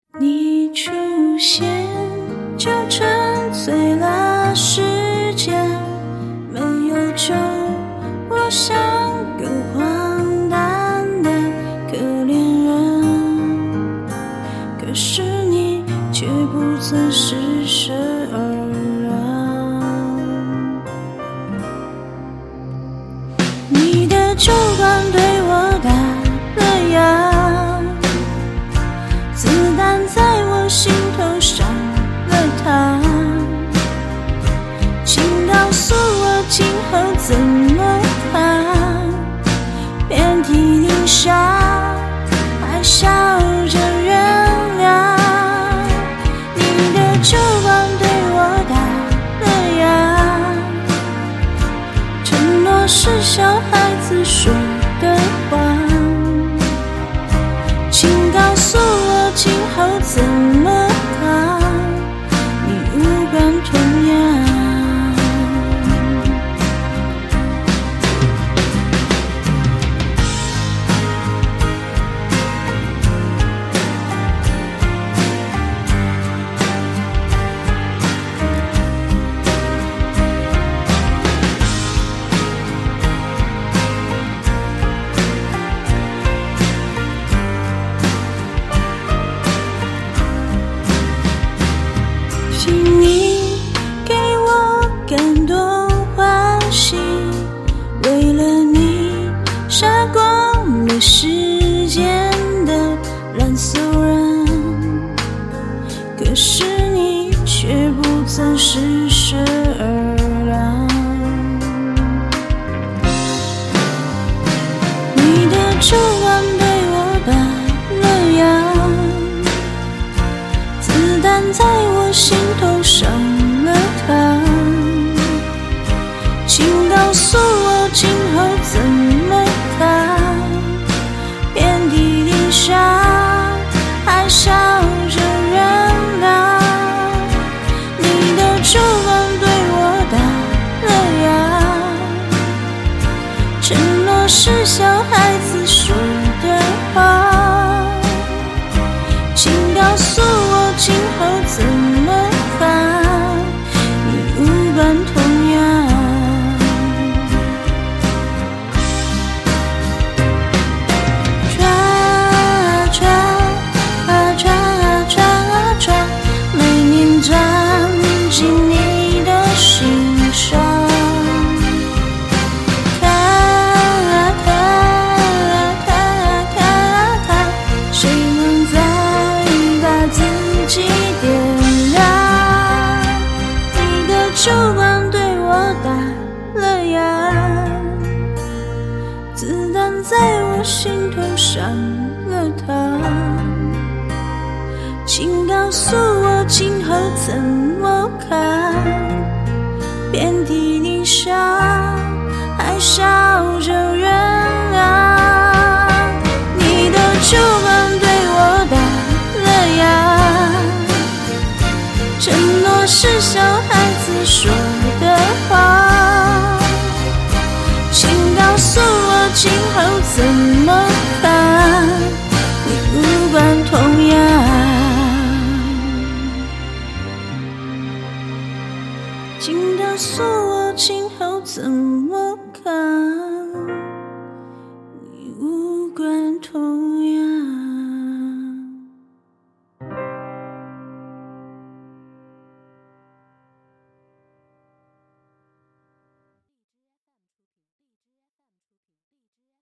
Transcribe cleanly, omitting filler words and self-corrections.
你出现就沉醉了时间，没有酒我像个荒诞的可怜人，可是你却不曾施舍而让。你的酒馆对我打了烊，子弹在我心头上了膛，请告诉我今后怎么看，遍体鳞伤还笑着原谅。你的酒馆对我打了烊，承诺是小孩子说的话，请告诉我今后怎么看，你无关痛痒。请你给我更多欢喜，为了你杀光了世间的烂俗人，可是你却不曾施舍而让。你的酒馆对我打了烊，子弹在我心头上了膛，请告诉我今后怎么看，遍体鳞伤还笑着原谅。你的酒馆对我打了烊，承诺是小孩子说的话，请告诉我今后怎么看，你无关痛痒。转啊转啊转啊转啊转，每年钻进你的心上，看啊看啊看啊看啊看，谁能再把自己点亮。你的酒馆对我打了烊，子弹在我心头上了膛，请告诉我今后怎么看，遍体鳞伤还笑着原谅。你的酒馆对我打了烊，承诺是小孩子说的话，请告诉我今后怎么看，你无关痛痒。请告诉我今后怎么